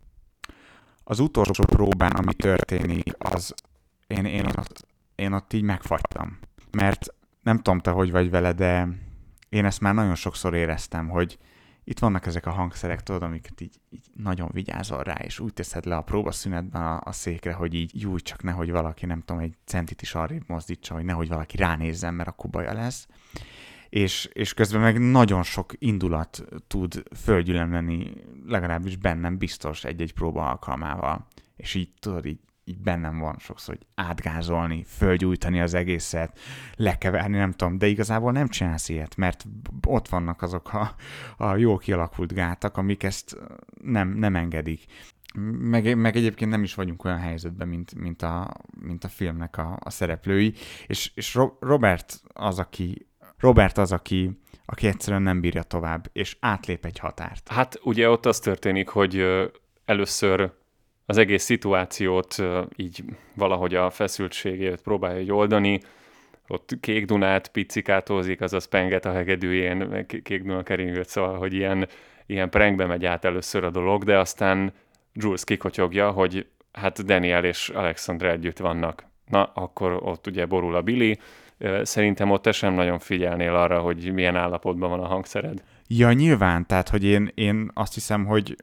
S2: Az utolsó próbán, ami történik, az én, én, ott, én ott így megfagytam. Mert nem tudom te, hogy vagy vele, de én ezt már nagyon sokszor éreztem, hogy itt vannak ezek a hangszerek, tudod, amiket így, így nagyon vigyázol rá, és úgy teszed le a próbaszünetben a, a székre, hogy így júj, csak nehogy valaki, nem tudom, egy centit is arrébb mozdítsa, hogy nehogy valaki ránézzen, mert akkor baja lesz. És, és közben meg nagyon sok indulat tud földgyülemleni, legalábbis bennem biztos egy-egy próba alkalmával. És így tudod, így így bennem van sokszor, hogy átgázolni, fölgyújtani az egészet, lekeverni, nem tudom, de igazából nem csinálsz ilyet, mert ott vannak azok a, a jól kialakult gátak, amik ezt nem, nem engedik. Meg, meg egyébként nem is vagyunk olyan helyzetben, mint, mint, a, mint a filmnek a, a szereplői, és, és Robert az, aki, Robert az, aki, aki egyszerűen nem bírja tovább, és átlép egy határt.
S1: Hát ugye ott az történik, hogy először az egész szituációt így valahogy a feszültségét próbálja így oldani. Ott Kék Dunát picikátózik, azaz penget a hegedűjén, Kék Duna keringőt, szóval, hogy ilyen, ilyen prankbe megy át először a dolog, de aztán Jules kikotyogja, hogy hát Daniel és Alexandra együtt vannak. Na, akkor ott ugye borul a Billy. Szerintem ott te sem nagyon figyelnél arra, hogy milyen állapotban van a hangszered.
S2: Ja, nyilván, tehát, hogy én, én azt hiszem, hogy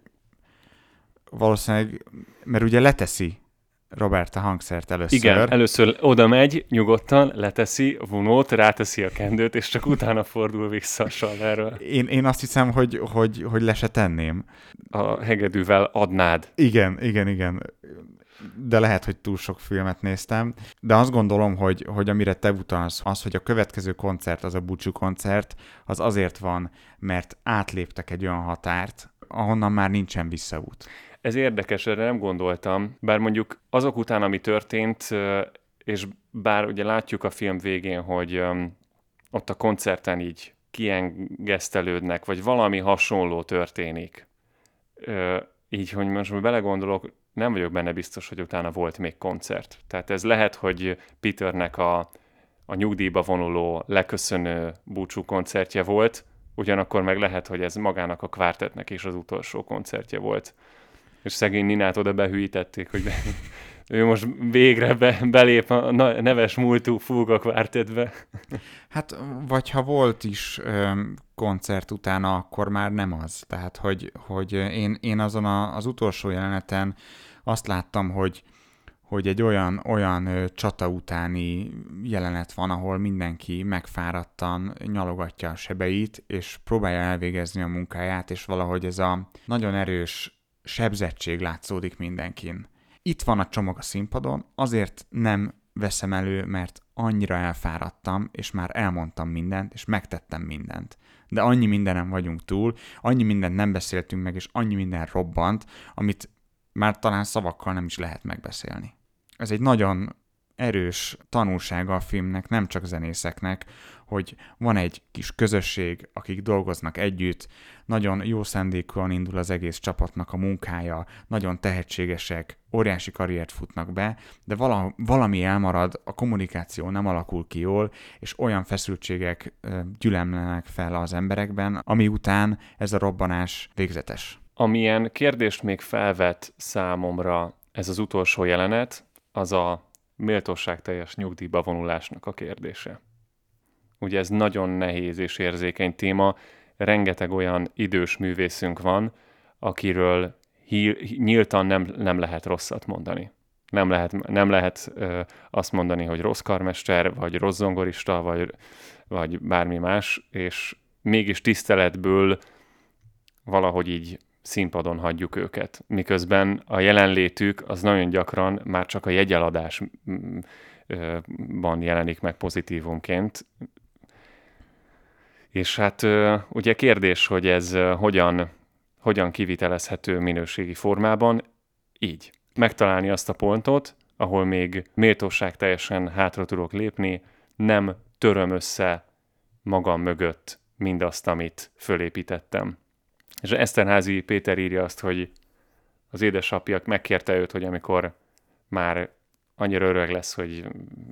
S2: valószínűleg, mert ugye leteszi Robert a hangszert először.
S1: Igen, először oda megy, nyugodtan, leteszi a vonót, ráteszi a kendőt, és csak utána fordul vissza a salverről.
S2: Én, én azt hiszem, hogy, hogy, hogy le se tenném.
S1: A hegedűvel adnád.
S2: Igen, igen, igen. de lehet, hogy túl sok filmet néztem. De azt gondolom, hogy, hogy amire te utalsz, az, hogy a következő koncert, az a búcsú koncert, az azért van, mert átléptek egy olyan határt, ahonnan már nincsen visszaút.
S1: Ez érdekes, erre nem gondoltam, bár mondjuk azok után, ami történt, és bár ugye látjuk a film végén, hogy um, ott a koncerten így kiengesztelődnek, vagy valami hasonló történik. Ö, így, hogy most belegondolok, nem vagyok benne biztos, hogy utána volt még koncert. Tehát ez lehet, hogy Peternek a, a nyugdíjba vonuló, leköszönő búcsú koncertje volt, ugyanakkor meg lehet, hogy ez magának a kvártetnek is az utolsó koncertje volt. És szegény Ninát oda behűítették, hogy be, ő most végre be, belép a neves múltú Fuga kvártetbe.
S2: Hát, vagy ha volt is öm, koncert utána, akkor már nem az. Tehát, hogy, hogy én, én azon a, az utolsó jeleneten azt láttam, hogy, hogy egy olyan, olyan ö, csata utáni jelenet van, ahol mindenki megfáradtan nyalogatja a sebeit, és próbálja elvégezni a munkáját, és valahogy ez a nagyon erős sebzettség látszódik mindenkin. Itt van a csomag a színpadon, azért nem veszem elő, mert annyira elfáradtam, és már elmondtam mindent, és megtettem mindent. De annyi mindenem vagyunk túl, annyi mindent nem beszéltünk meg, és annyi minden robbant, amit már talán szavakkal nem is lehet megbeszélni. Ez egy nagyon erős tanulsága a filmnek, nem csak zenészeknek, hogy van egy kis közösség, akik dolgoznak együtt, nagyon jó szándékúan indul az egész csapatnak a munkája, nagyon tehetségesek, óriási karriert futnak be, de vala, valami elmarad, a kommunikáció nem alakul ki jól, és olyan feszültségek gyülemlenek fel az emberekben, ami után ez a robbanás végzetes.
S1: Amilyen kérdést még felvet számomra ez az utolsó jelenet, az a méltóságteljes nyugdíjba vonulásnak a kérdése. Ugye ez nagyon nehéz és érzékeny téma, rengeteg olyan idős művészünk van, akiről hí- nyíltan nem, nem lehet rosszat mondani. Nem lehet, nem lehet ö, azt mondani, hogy rossz karmester, vagy rossz zongorista, vagy, vagy bármi más, és mégis tiszteletből valahogy így színpadon hagyjuk őket. Miközben a jelenlétük az nagyon gyakran már csak a jegyeladásban jelenik meg pozitívumként. És hát ugye kérdés, hogy ez hogyan, hogyan kivitelezhető minőségi formában, így. Megtalálni azt a pontot, ahol még méltóság teljesen hátra tudok lépni, nem töröm össze magam mögött mindazt, amit fölépítettem. És Eszterházy Péter írja azt, hogy az édesapja megkérte őt, hogy amikor már annyira öreg lesz, hogy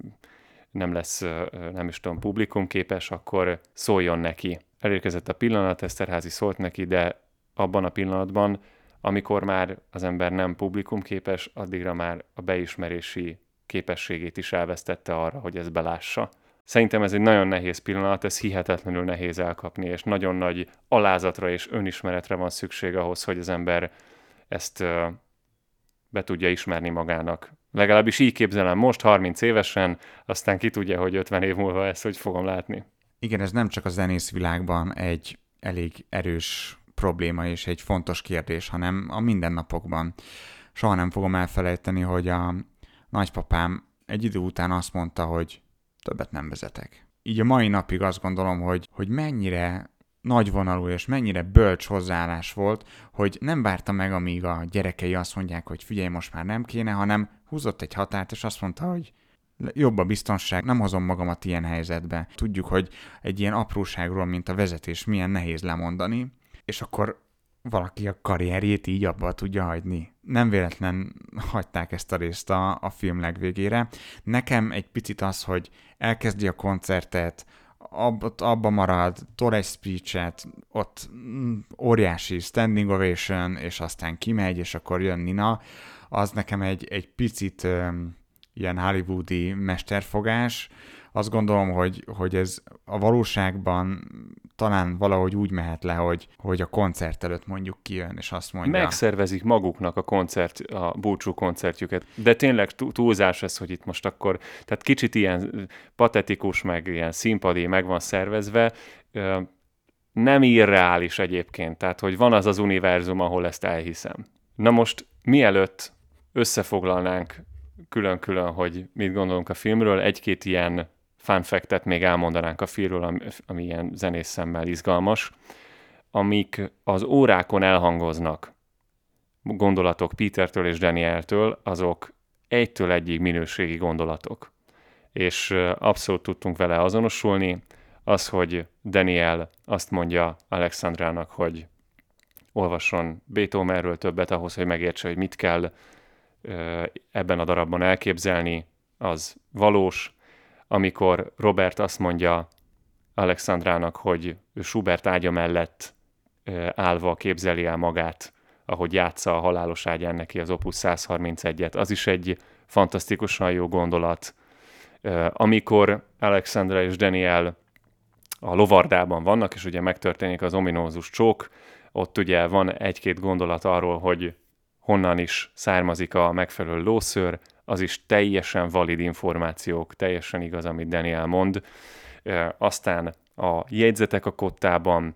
S1: nem lesz, nem is tudom, publikumképes, akkor szóljon neki. Elérkezett a pillanat, Eszterházy szólt neki, de abban a pillanatban, amikor már az ember nem publikumképes, addigra már a beismerési képességét is elvesztette arra, hogy ezt belássa. Szerintem ez egy nagyon nehéz pillanat, ez hihetetlenül nehéz elkapni, és nagyon nagy alázatra és önismeretre van szükség ahhoz, hogy az ember ezt uh, be tudja ismerni magának. Legalábbis így képzelem most, harminc évesen, aztán ki tudja, hogy ötven év múlva ezt hogy fogom látni.
S2: Igen, ez nem csak a zenészvilágban egy elég erős probléma és egy fontos kérdés, hanem a mindennapokban. Soha nem fogom elfelejteni, hogy a nagypapám egy idő után azt mondta, hogy többet nem vezetek. Így a mai napig azt gondolom, hogy, hogy mennyire nagyvonalú és mennyire bölcs hozzáállás volt, hogy nem várta meg, amíg a gyerekei azt mondják, hogy figyelj, most már nem kéne, hanem húzott egy határt, és azt mondta, hogy jobb a biztonság, nem hozom magamat ilyen helyzetbe. Tudjuk, hogy egy ilyen apróságról, mint a vezetés, milyen nehéz lemondani, és akkor valaki a karrierjét így abba tudja hagyni. Nem véletlen hagyták ezt a részt a, a film legvégére. Nekem egy picit az, hogy elkezdi a koncertet, ab, abba marad, tol egy speech-et, ott óriási standing ovation, és aztán kimegy, és akkor jön Nina, az nekem egy, egy picit um, ilyen hollywoodi mesterfogás. Azt gondolom, hogy, hogy ez a valóságban talán valahogy úgy mehet le, hogy, hogy a koncert előtt mondjuk kijön, és azt mondja...
S1: Megszervezik maguknak a koncert, a búcsú koncertjüket. De tényleg túlzás ez, hogy itt most akkor... Tehát kicsit ilyen patetikus, meg ilyen színpadi, meg van szervezve. Nem irreális egyébként. Tehát, hogy van az az univerzum, ahol ezt elhiszem. Na most, mielőtt összefoglalnánk külön-külön, hogy mit gondolunk a filmről, egy-két ilyen fun fact-et még elmondanánk a filmről, ami, ami ilyen zenész szemmel izgalmas, amik az órákon elhangoznak gondolatok Petertől és Danieltől, azok egytől egyig minőségi gondolatok. És abszolút tudtunk vele azonosulni. Az, hogy Daniel azt mondja Alexandrának, hogy olvasson Beethovenről többet ahhoz, hogy megértse, hogy mit kell ebben a darabban elképzelni, az valós. Amikor Robert azt mondja Alexandrának, hogy Schubert ágya mellett állva képzeli el magát, ahogy játsza a halálos ágyán neki az Opus száz harmincegyet, az is egy fantasztikusan jó gondolat. Amikor Alexandra és Daniel a lovardában vannak, és ugye megtörténik az ominózus csók, ott ugye van egy-két gondolat arról, hogy honnan is származik a megfelelő lószőr, az is teljesen valid információk, teljesen igaz, amit Daniel mond. Aztán a jegyzetek a kottában,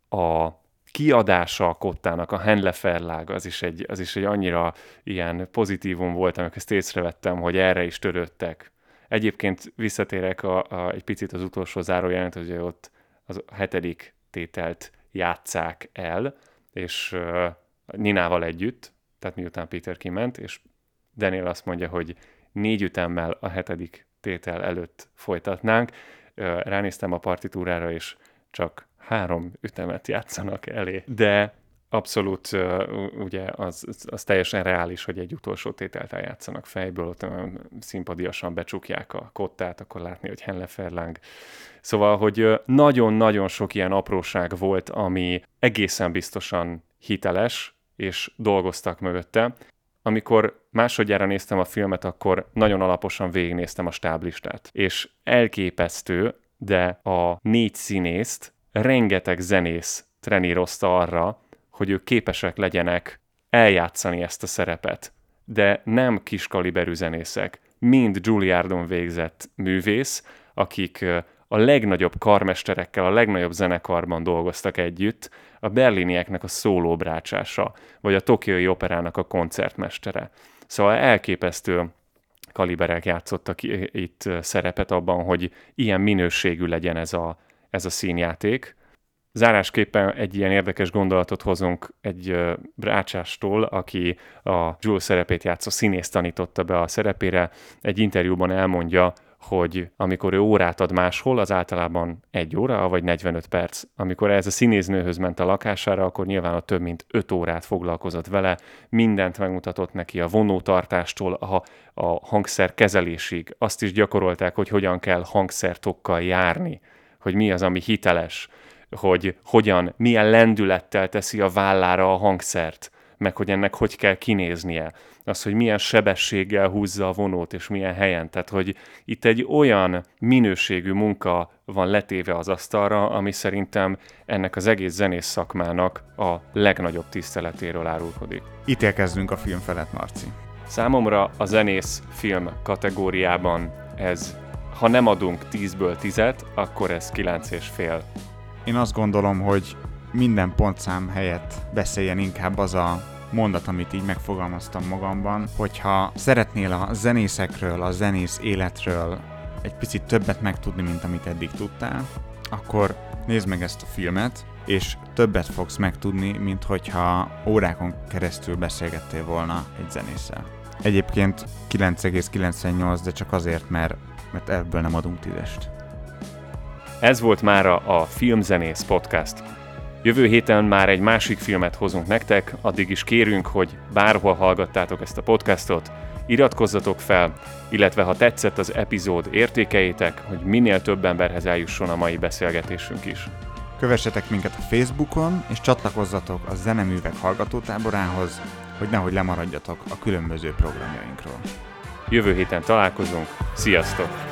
S1: a kiadása a kottának, a Henle-Verlag, az is egy, az is egy annyira ilyen pozitívum volt, amikor ezt észrevettem, hogy erre is törődtek. Egyébként visszatérek a, a, egy picit az utolsó zárójelent, hogy ott az a hetedik tételt játsszák el, és uh, Ninával együtt, tehát miután Peter kiment, és Daniel azt mondja, hogy négy ütemmel a hetedik tétel előtt folytatnánk. Uh, ránéztem a partitúrára, és csak három ütemet játszanak elé, de abszolút uh, ugye az, az teljesen reális, hogy egy utolsó tételt eljátszanak fejből, ott szimpadiasan becsukják a kottát, akkor látni, hogy Henle-Verlag. Szóval, hogy uh, nagyon-nagyon sok ilyen apróság volt, ami egészen biztosan hiteles, és dolgoztak mögötte. Amikor másodjára néztem a filmet, akkor nagyon alaposan végignéztem a stáblistát, és elképesztő, de a négy színészt rengeteg zenész trenírozta arra, hogy ők képesek legyenek eljátszani ezt a szerepet. De nem kiskaliberű zenészek, mind Juilliardon végzett művész, akik a legnagyobb karmesterekkel, a legnagyobb zenekarban dolgoztak együtt, a berlinieknek a szólóbrácsása, vagy a tokiói operának a koncertmestere. Szóval elképesztő kaliberek játszottak itt szerepet abban, hogy ilyen minőségű legyen ez a, ez a színjáték. Zárásképpen egy ilyen érdekes gondolatot hozunk egy brácsástól, aki a Jules szerepét játszó színész tanította be a szerepére. Egy interjúban elmondja, hogy amikor ő órát ad máshol, az általában egy óra, vagy negyvenöt perc. Amikor ez a színésznőhöz ment a lakására, akkor nyilván a több mint öt órát foglalkozott vele, mindent megmutatott neki a vonótartástól a, a hangszer kezelésig. Azt is gyakorolták, hogy hogyan kell hangszertokkal járni, hogy mi az, ami hiteles, hogy hogyan, milyen lendülettel teszi a vállára a hangszert, meg hogy ennek hogy kell kinéznie. Az, hogy milyen sebességgel húzza a vonót, és milyen helyen. Tehát, hogy itt egy olyan minőségű munka van letéve az asztalra, ami szerintem ennek az egész zenész szakmának a legnagyobb tiszteletéről árulkodik.
S2: Ítélkezzünk a film felett, Marci.
S1: Számomra a zenész film kategóriában ez, ha nem adunk tízből tízet, akkor ez kilenc és fél.
S2: Én azt gondolom, hogy minden pontszám helyett beszéljen inkább az a mondat, amit így megfogalmaztam magamban, hogyha szeretnél a zenészekről, a zenész életről egy picit többet megtudni, mint amit eddig tudtál, akkor nézd meg ezt a filmet, és többet fogsz megtudni, mint hogyha órákon keresztül beszélgettél volna egy zenésszel. Egyébként kilenc egész kilencvennyolc, de csak azért, mert, mert ebből nem adunk tízest.
S1: Ez volt mára a Filmzenész Podcast. Jövő héten már egy másik filmet hozunk nektek, addig is kérünk, hogy bárhol hallgattátok ezt a podcastot, iratkozzatok fel, illetve ha tetszett az epizód, értékeljétek, hogy minél több emberhez eljusson a mai beszélgetésünk is.
S2: Kövessetek minket a Facebookon, és csatlakozzatok a Zeneművek hallgatótáborához, hogy nehogy lemaradjatok a különböző programjainkról.
S1: Jövő héten találkozunk, sziasztok!